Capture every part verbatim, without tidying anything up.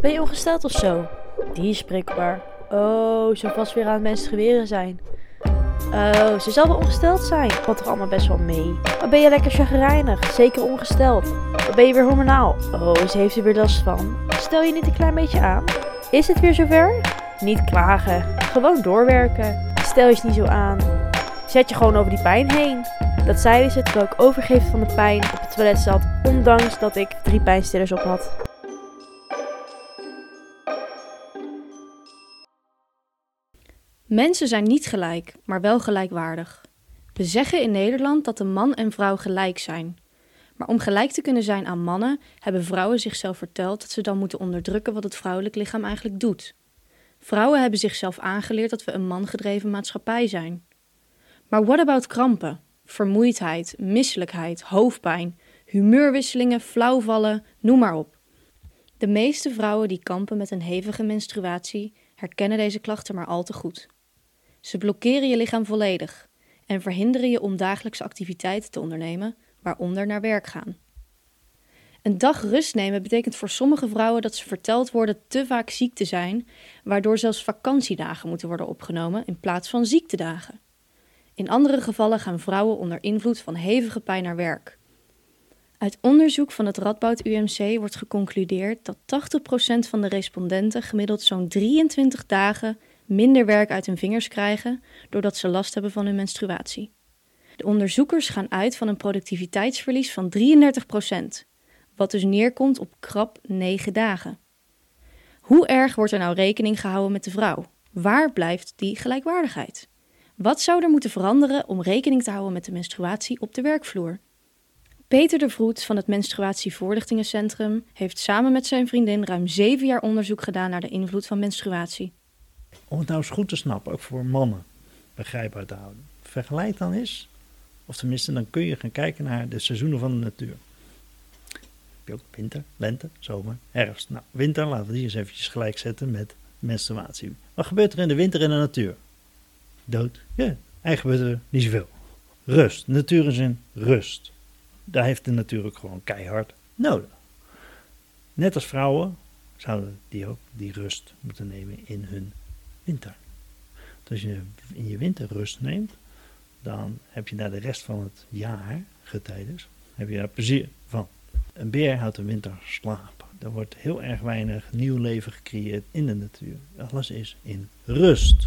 Ben je ongesteld of zo? Die is prikkelbaar. Oh, ze vast weer aan het menstrueren zijn. Oh, ze zal wel ongesteld zijn. Valt toch allemaal best wel mee. Maar ben je lekker chagrijnig? Zeker ongesteld. Of ben je weer hormonaal? Oh, ze heeft er weer last van. Stel je niet een klein beetje aan? Is het weer zover? Niet klagen. Gewoon doorwerken. Stel je eens niet zo aan. Zet je gewoon over die pijn heen. Dat zeiden ze terwijl ik overgeefd van de pijn op het toilet zat, ondanks dat ik drie pijnstillers op had. Mensen zijn niet gelijk, maar wel gelijkwaardig. We zeggen in Nederland dat een man en vrouw gelijk zijn. Maar om gelijk te kunnen zijn aan mannen, hebben vrouwen zichzelf verteld dat ze dan moeten onderdrukken wat het vrouwelijk lichaam eigenlijk doet. Vrouwen hebben zichzelf aangeleerd dat we een mangedreven maatschappij zijn. Maar what about krampen, vermoeidheid, misselijkheid, hoofdpijn, humeurwisselingen, flauwvallen, noem maar op. De meeste vrouwen die kampen met een hevige menstruatie herkennen deze klachten maar al te goed. Ze blokkeren je lichaam volledig en verhinderen je om dagelijkse activiteiten te ondernemen, waaronder naar werk gaan. Een dag rust nemen betekent voor sommige vrouwen dat ze verteld worden te vaak ziek te zijn, waardoor zelfs vakantiedagen moeten worden opgenomen in plaats van ziektedagen. In andere gevallen gaan vrouwen onder invloed van hevige pijn naar werk. Uit onderzoek van het Radboud U M C wordt geconcludeerd dat tachtig procent van de respondenten gemiddeld zo'n drieëntwintig dagen minder werk uit hun vingers krijgen doordat ze last hebben van hun menstruatie. De onderzoekers gaan uit van een productiviteitsverlies van drieëndertig procent, wat dus neerkomt op krap negen dagen. Hoe erg wordt er nou rekening gehouden met de vrouw? Waar blijft die gelijkwaardigheid? Wat zou er moeten veranderen om rekening te houden met de menstruatie op de werkvloer? Peter de Vroet van het Menstruatievoorlichtingencentrum heeft samen met zijn vriendin ruim zeven jaar onderzoek gedaan naar de invloed van menstruatie. Om het nou eens goed te snappen, ook voor mannen, begrijpbaar te houden. Vergelijk dan eens, of tenminste dan kun je gaan kijken naar de seizoenen van de natuur. Heb je ook winter, lente, zomer, herfst. Nou, winter, laten we die eens eventjes gelijk zetten met menstruatie. Wat gebeurt er in de winter in de natuur? Dood. Ja, eigenlijk gebeurt er niet zoveel. Rust. De natuur is in rust. Daar heeft de natuur ook gewoon keihard nodig. Net als vrouwen zouden die ook die rust moeten nemen in hun winter. Dus als je in je winter rust neemt, dan heb je daar de rest van het jaar, getijdes, heb je daar plezier van. Een beer houdt de winter slapen. Er wordt heel erg weinig nieuw leven gecreëerd in de natuur. Alles is in rust.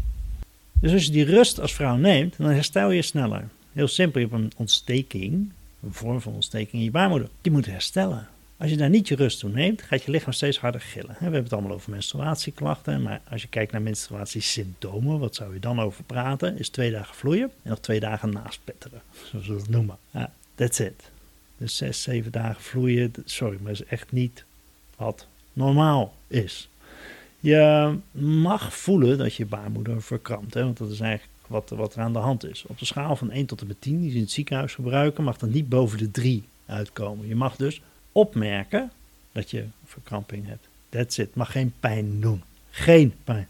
Dus als je die rust als vrouw neemt, dan herstel je sneller. Heel simpel, je hebt een ontsteking, een vorm van ontsteking in je baarmoeder. Die moet herstellen. Als je daar niet je rust toe neemt, gaat je lichaam steeds harder gillen. We hebben het allemaal over menstruatieklachten, maar als je kijkt naar menstruatiesymptomen, wat zou je dan over praten? Is twee dagen vloeien en nog twee dagen naspetteren, zoals we dat noemen. Ja, that's it. Dus zes, zeven dagen vloeien, sorry, maar dat is echt niet wat normaal is. Je mag voelen dat je baarmoeder verkrampt, hè, want dat is eigenlijk wat, wat er aan de hand is. Op de schaal van één tot en met tien, die ze in het ziekenhuis gebruiken, mag dat niet boven de drie uitkomen. Je mag dus opmerken dat je verkramping hebt. That's it. Mag geen pijn doen. Geen pijn.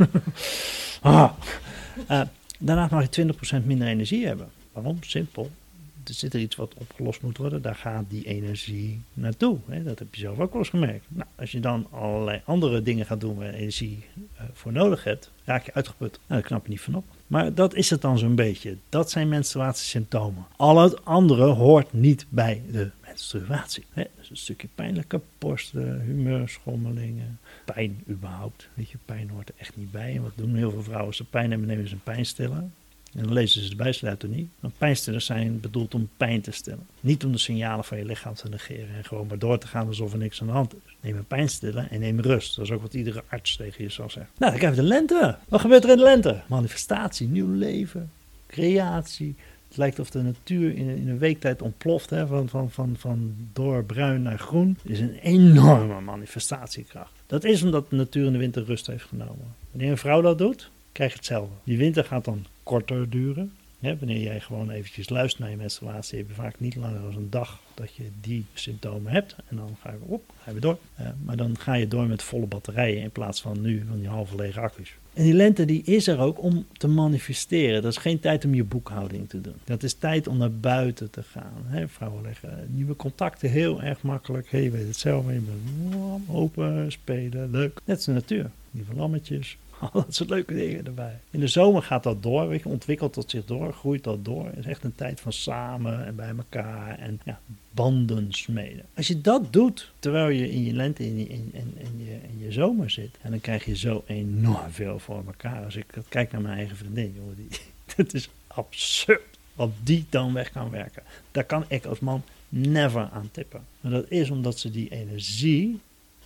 ah. uh, daarna mag je twintig procent minder energie hebben. Waarom? Simpel. Er zit er iets wat opgelost moet worden. Daar gaat die energie naartoe. Hè? Dat heb je zelf ook wel eens gemerkt. Nou, als je dan allerlei andere dingen gaat doen waar je energie uh, voor nodig hebt, raak je uitgeput. Nou, daar knap je niet van op. Maar dat is het dan zo'n beetje. Dat zijn menstruatiesymptomen. Al het andere hoort niet bij de menstruatie. Hè? Dus een stukje pijnlijke borsten, humeurschommelingen, pijn überhaupt. Weet je, pijn hoort er echt niet bij. En wat doen heel veel vrouwen als ze pijn hebben, nemen ze een pijnstiller. En dan lezen ze de bijsluiter niet. Want pijnstillers zijn bedoeld om pijn te stillen. Niet om de signalen van je lichaam te negeren en gewoon maar door te gaan alsof er niks aan de hand is. Neem een pijnstiller en neem rust. Dat is ook wat iedere arts tegen je zal zeggen. Nou, dan krijg je de lente. Wat gebeurt er in de lente? Manifestatie, nieuw leven, creatie. Het lijkt of de natuur in, in een week tijd ontploft. Hè? Van, van, van, van door bruin naar groen. Het is een enorme manifestatiekracht. Dat is omdat de natuur in de winter rust heeft genomen. Wanneer een vrouw dat doet, krijg je hetzelfde. Die winter gaat dan korter duren. Ja, wanneer jij gewoon eventjes luistert naar je menstruatie, heb je vaak niet langer dan een dag dat je die symptomen hebt. En dan ga je, op, ga je weer door. Uh, maar dan ga je door met volle batterijen in plaats van nu van die halve lege accu's. En die lente die is er ook om te manifesteren. Dat is geen tijd om je boekhouding te doen. Dat is tijd om naar buiten te gaan. He, vrouwen leggen nieuwe contacten heel erg makkelijk. Hey, je weet het zelf. Je bent open, spelen, leuk. Net als de natuur. Nieuwe lammetjes. Al dat soort leuke dingen erbij. In de zomer gaat dat door, weet je, ontwikkelt dat zich door, groeit dat door. Het is echt een tijd van samen en bij elkaar en ja, banden smeden. Als je dat doet, terwijl je in je lente en in, in, in, in, je, in je zomer zit, en dan krijg je zo enorm veel voor elkaar. Als ik kijk naar mijn eigen vriendin, joh, die, dat is absurd wat die dan weg kan werken. Daar kan ik als man never aan tippen. Maar dat is omdat ze die energie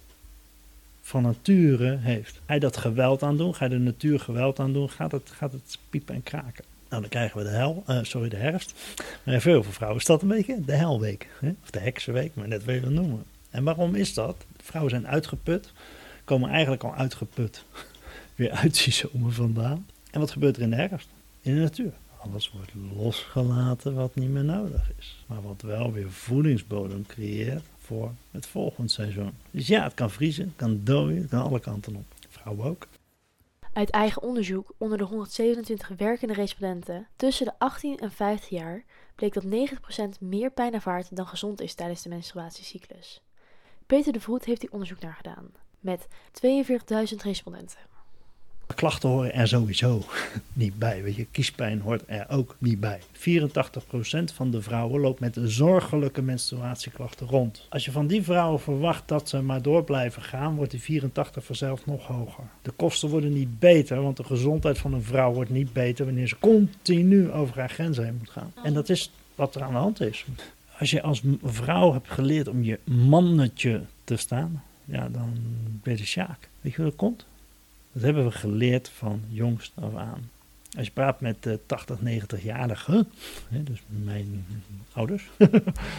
van nature heeft. Ga je dat geweld aan doen? Ga je de natuur geweld aan doen? Gaat het, gaat het piepen en kraken? Nou, dan krijgen we de hel, uh, sorry, de herfst. Maar voor heel veel vrouwen is dat een beetje de helweek. Hè? Of de heksenweek, maar net wil je dat noemen. En waarom is dat? Vrouwen zijn uitgeput. Komen eigenlijk al uitgeput weer uit die zomer vandaan. En wat gebeurt er in de herfst? In de natuur. Alles wordt losgelaten wat niet meer nodig is. Maar wat wel weer voedingsbodem creëert voor het volgende seizoen. Dus ja, het kan vriezen, het kan dooien, het kan alle kanten op. Vrouwen ook. Uit eigen onderzoek onder de honderdzevenentwintig werkende respondenten tussen de achttien en vijftig jaar bleek dat negentig procent meer pijn ervaart dan gezond is tijdens de menstruatiecyclus. Peter de Vroet heeft hier onderzoek naar gedaan met tweeënveertigduizend respondenten. Klachten horen er sowieso niet bij. Weet je, kiespijn hoort er ook niet bij. vierentachtig procent van de vrouwen loopt met zorgelijke menstruatieklachten rond. Als je van die vrouwen verwacht dat ze maar door blijven gaan, wordt die vierentachtig vanzelf nog hoger. De kosten worden niet beter, want de gezondheid van een vrouw wordt niet beter wanneer ze continu over haar grenzen heen moet gaan. En dat is wat er aan de hand is. Als je als vrouw hebt geleerd om je mannetje te staan, ja, dan ben je de sjaak. Weet je hoe dat komt? Dat hebben we geleerd van jongs af aan. Als je praat met uh, tachtig, negentig-jarigen, hè, dus mijn ouders, uh,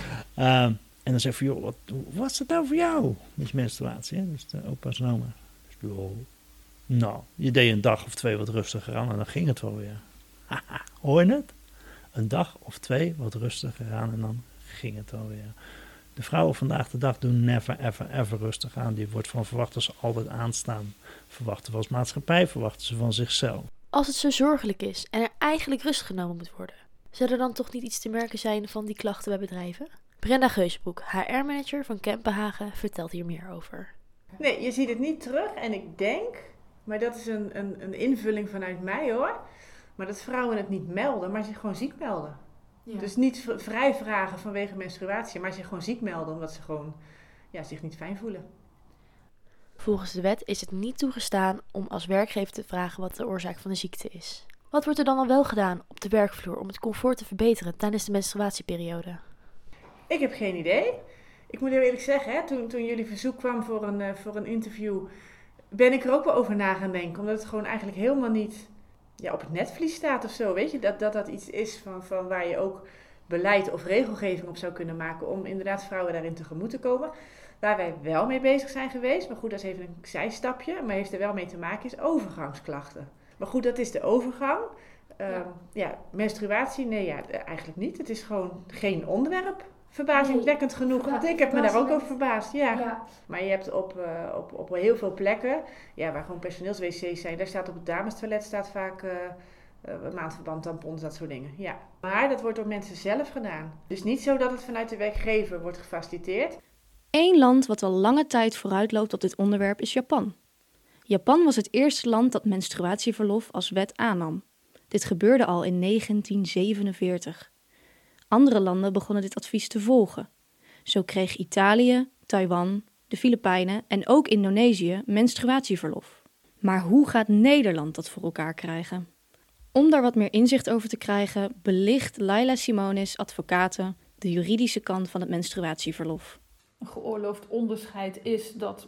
en dan zeg je, joh, wat, wat is het nou voor jou met je menstruatie? Hè? Dus de opa's en oma's. Dus, joh, nou, je deed een dag of twee wat rustiger aan en dan ging het wel weer. Haha, hoor je het? Een dag of twee wat rustiger aan en dan ging het wel weer. De vrouwen vandaag de dag doen never, ever, ever rustig aan. Die wordt van verwacht dat ze altijd aanstaan. Verwachten we als maatschappij, verwachten ze van zichzelf. Als het zo zorgelijk is en er eigenlijk rust genomen moet worden, zou er dan toch niet iets te merken zijn van die klachten bij bedrijven? Brenda Geusbroek, H R-manager van Kempenhagen, vertelt hier meer over. Nee, je ziet het niet terug en ik denk, maar dat is een, een, een invulling vanuit mij hoor, maar dat vrouwen het niet melden, maar zich gewoon ziek melden. Ja. Dus niet v- vrij vragen vanwege menstruatie, maar zich gewoon ziek melden omdat ze gewoon ja, zich niet fijn voelen. Volgens de wet is het niet toegestaan om als werkgever te vragen wat de oorzaak van de ziekte is. Wat wordt er dan al wel gedaan op de werkvloer om het comfort te verbeteren tijdens de menstruatieperiode? Ik heb geen idee. Ik moet heel eerlijk zeggen, hè, toen, toen jullie verzoek kwam voor een, uh, voor een interview, ben ik er ook wel over na gaan denken. Omdat het gewoon eigenlijk helemaal niet ja, op het netvlies staat of zo. Weet je, dat dat, dat iets is van, van waar je ook beleid of regelgeving op zou kunnen maken om inderdaad vrouwen daarin tegemoet te komen. Waar wij wel mee bezig zijn geweest, maar goed, dat is even een zijstapje, maar heeft er wel mee te maken, is overgangsklachten. Maar goed, dat is de overgang. Um, ja. ja, menstruatie, nee, ja, eigenlijk niet. Het is gewoon geen onderwerp. Verbazingwekkend nee, genoeg, want ik heb me daar ook over verbaasd. Ja. Ja. Maar je hebt op, uh, op, op heel veel plekken, ja, waar gewoon personeelswc's zijn, daar staat op het damestoilet staat vaak uh, uh, maandverband, tampons, dat soort dingen. Ja. Maar dat wordt door mensen zelf gedaan. Dus niet zo dat het vanuit de werkgever wordt gefaciliteerd. Eén land wat al lange tijd vooruit loopt op dit onderwerp is Japan. Japan was het eerste land dat menstruatieverlof als wet aannam. Dit gebeurde al in negentien zevenenveertig. Andere landen begonnen dit advies te volgen. Zo kreeg Italië, Taiwan, de Filipijnen en ook Indonesië menstruatieverlof. Maar hoe gaat Nederland dat voor elkaar krijgen? Om daar wat meer inzicht over te krijgen, belicht Laila Simonis, advocate, de juridische kant van het menstruatieverlof. Een geoorloofd onderscheid is dat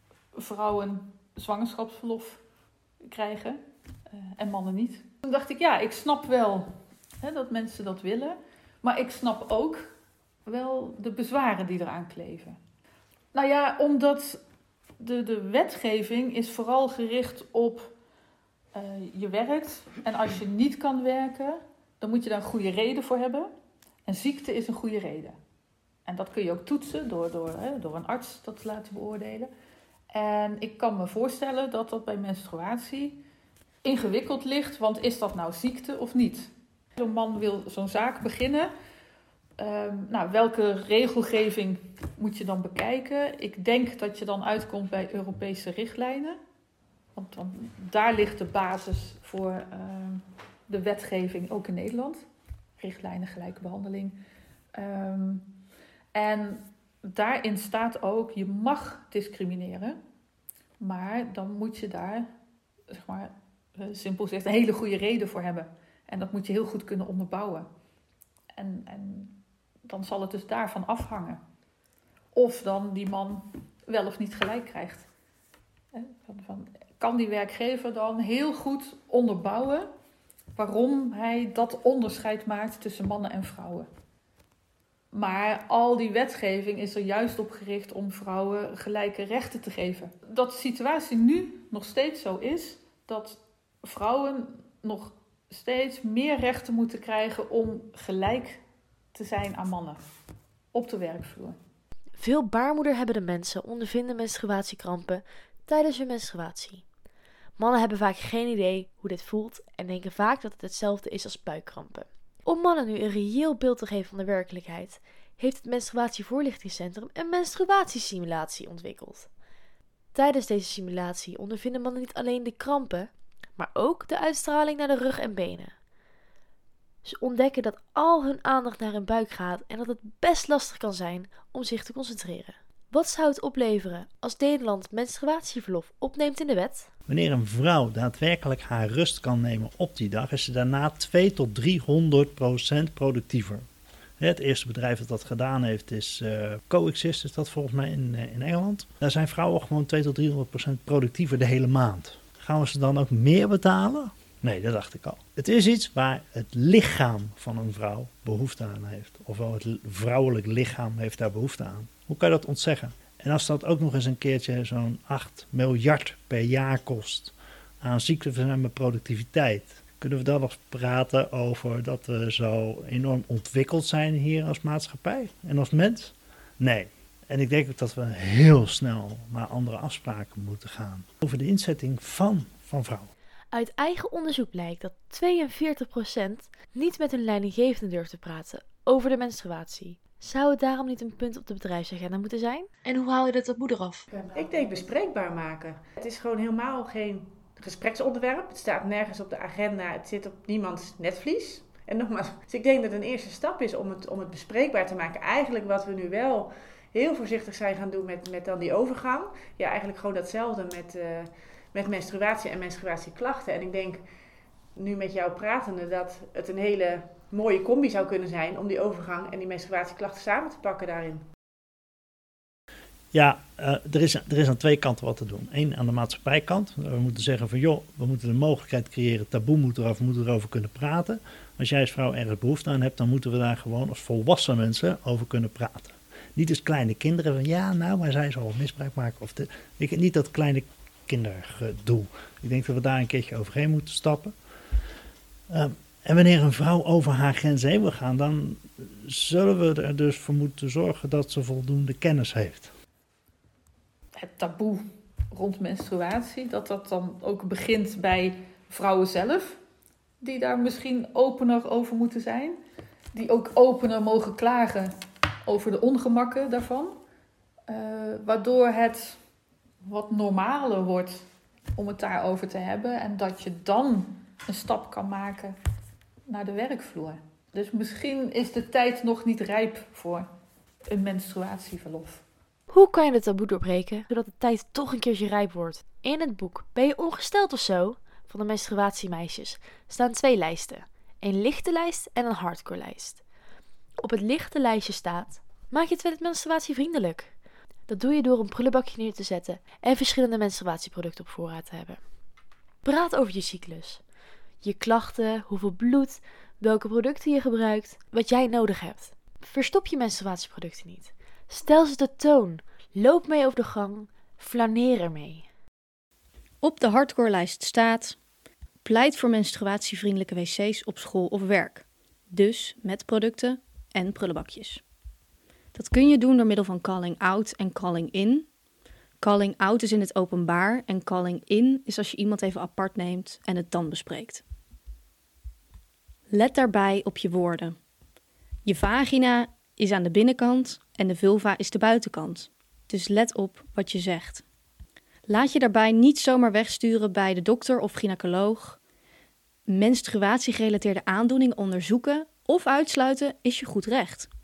vrouwen zwangerschapsverlof krijgen uh, en mannen niet. Toen dacht ik, ja, ik snap wel hè, dat mensen dat willen, maar ik snap ook wel de bezwaren die eraan kleven. Nou ja, omdat de, de wetgeving is vooral gericht op uh, je werkt en als je niet kan werken, dan moet je daar een goede reden voor hebben. En ziekte is een goede reden. En dat kun je ook toetsen door, door, hè, door een arts dat te laten beoordelen. En ik kan me voorstellen dat dat bij menstruatie ingewikkeld ligt, want is dat nou ziekte of niet? Zo'n man wil zo'n zaak beginnen. Um, nou, welke regelgeving moet je dan bekijken? Ik denk dat je dan uitkomt bij Europese richtlijnen. Want dan, daar ligt de basis voor uh, de wetgeving, ook in Nederland. Richtlijnen gelijke behandeling. Um, en daarin staat ook, je mag discrimineren. Maar dan moet je daar, zeg maar, uh, simpel gezegd, een hele goede reden voor hebben. En dat moet je heel goed kunnen onderbouwen. En, en dan zal het dus daarvan afhangen. Of dan die man wel of niet gelijk krijgt. Van, van, kan die werkgever dan heel goed onderbouwen waarom hij dat onderscheid maakt tussen mannen en vrouwen. Maar al die wetgeving is er juist op gericht om vrouwen gelijke rechten te geven. Dat de situatie nu nog steeds zo is dat vrouwen nog steeds meer rechten moeten krijgen om gelijk te zijn aan mannen op de werkvloer. Veel baarmoederhebbende mensen ondervinden menstruatiekrampen tijdens hun menstruatie. Mannen hebben vaak geen idee hoe dit voelt en denken vaak dat het hetzelfde is als buikkrampen. Om mannen nu een reëel beeld te geven van de werkelijkheid, heeft het Menstruatievoorlichtingscentrum een menstruatiesimulatie ontwikkeld. Tijdens deze simulatie ondervinden mannen niet alleen de krampen, maar ook de uitstraling naar de rug en benen. Ze ontdekken dat al hun aandacht naar hun buik gaat en dat het best lastig kan zijn om zich te concentreren. Wat zou het opleveren als Nederland menstruatieverlof opneemt in de wet? Wanneer een vrouw daadwerkelijk haar rust kan nemen op die dag, is ze daarna twee tot driehonderd procent productiever. Het eerste bedrijf dat dat gedaan heeft is uh, Coexist, is dat volgens mij in, uh, in Engeland. Daar zijn vrouwen gewoon twee tot driehonderd procent productiever de hele maand. Gaan we ze dan ook meer betalen? Nee, dat dacht ik al. Het is iets waar het lichaam van een vrouw behoefte aan heeft. Ofwel het vrouwelijk lichaam heeft daar behoefte aan. Hoe kan je dat ontzeggen? En als dat ook nog eens een keertje zo'n acht miljard per jaar kost aan ziekteverzuim en productiviteit, kunnen we dan nog praten over dat we zo enorm ontwikkeld zijn hier als maatschappij en als mens? Nee. En ik denk ook dat we heel snel naar andere afspraken moeten gaan over de inzetting van, van vrouwen. Uit eigen onderzoek blijkt dat tweeënveertig procent niet met hun leidinggevende durft te praten over de menstruatie. Zou het daarom niet een punt op de bedrijfsagenda moeten zijn? En hoe haal je dat taboe eraf? Ik denk bespreekbaar maken. Het is gewoon helemaal geen gespreksonderwerp. Het staat nergens op de agenda. Het zit op niemands netvlies. En nogmaals, dus ik denk dat een eerste stap is om het, om het bespreekbaar te maken. Eigenlijk wat we nu wel heel voorzichtig zijn gaan doen met, met dan die overgang. Ja, eigenlijk gewoon datzelfde met, uh, met menstruatie en menstruatieklachten. En ik denk nu met jou pratende dat het een hele mooie combi zou kunnen zijn om die overgang en die menstruatieklachten samen te pakken daarin. Ja, uh, er, is, er is aan twee kanten wat te doen. Eén aan de maatschappijkant. We moeten zeggen van joh, we moeten de mogelijkheid creëren, taboe moeten erover, we moeten erover kunnen praten. Als jij als vrouw ergens behoefte aan hebt, dan moeten we daar gewoon als volwassen mensen over kunnen praten. Niet als kleine kinderen van ja, nou, maar zij zal misbruik maken. Of de, ik, niet dat kleine kindergedoe. Ik denk dat we daar een keertje overheen moeten stappen. Uh, en wanneer een vrouw over haar grenzen heen wil gaan, dan zullen we er dus voor moeten zorgen dat ze voldoende kennis heeft. Het taboe rond menstruatie, dat dat dan ook begint bij vrouwen zelf, die daar misschien opener over moeten zijn, die ook opener mogen klagen over de ongemakken daarvan, uh, waardoor het wat normaler wordt om het daarover te hebben en dat je dan een stap kan maken naar de werkvloer. Dus misschien is de tijd nog niet rijp voor een menstruatieverlof. Hoe kan je het taboe doorbreken, zodat de tijd toch een keertje rijp wordt? In het boek Ben je ongesteld of zo? Van de menstruatiemeisjes staan twee lijsten. Een lichte lijst en een hardcore lijst. Op het lichte lijstje staat: maak je toilet menstruatievriendelijk. Dat doe je door een prullenbakje neer te zetten en verschillende menstruatieproducten op voorraad te hebben. Praat over je cyclus. Je klachten, hoeveel bloed, welke producten je gebruikt, wat jij nodig hebt. Verstop je menstruatieproducten niet. Stel ze de toon. Loop mee over de gang. Flaneer ermee. Op de hardcore-lijst staat: pleit voor menstruatievriendelijke wc's op school of werk. Dus met producten en prullenbakjes. Dat Dat kun je doen door middel van calling out en calling in. Calling out is in het openbaar en calling in is als je iemand even apart neemt en het dan bespreekt. Let daarbij op je woorden. Je vagina is aan de binnenkant en de vulva is de buitenkant. Dus let op wat je zegt. Laat je daarbij niet zomaar wegsturen bij de dokter of gynaecoloog. Menstruatiegerelateerde aandoeningen onderzoeken of uitsluiten is je goed recht.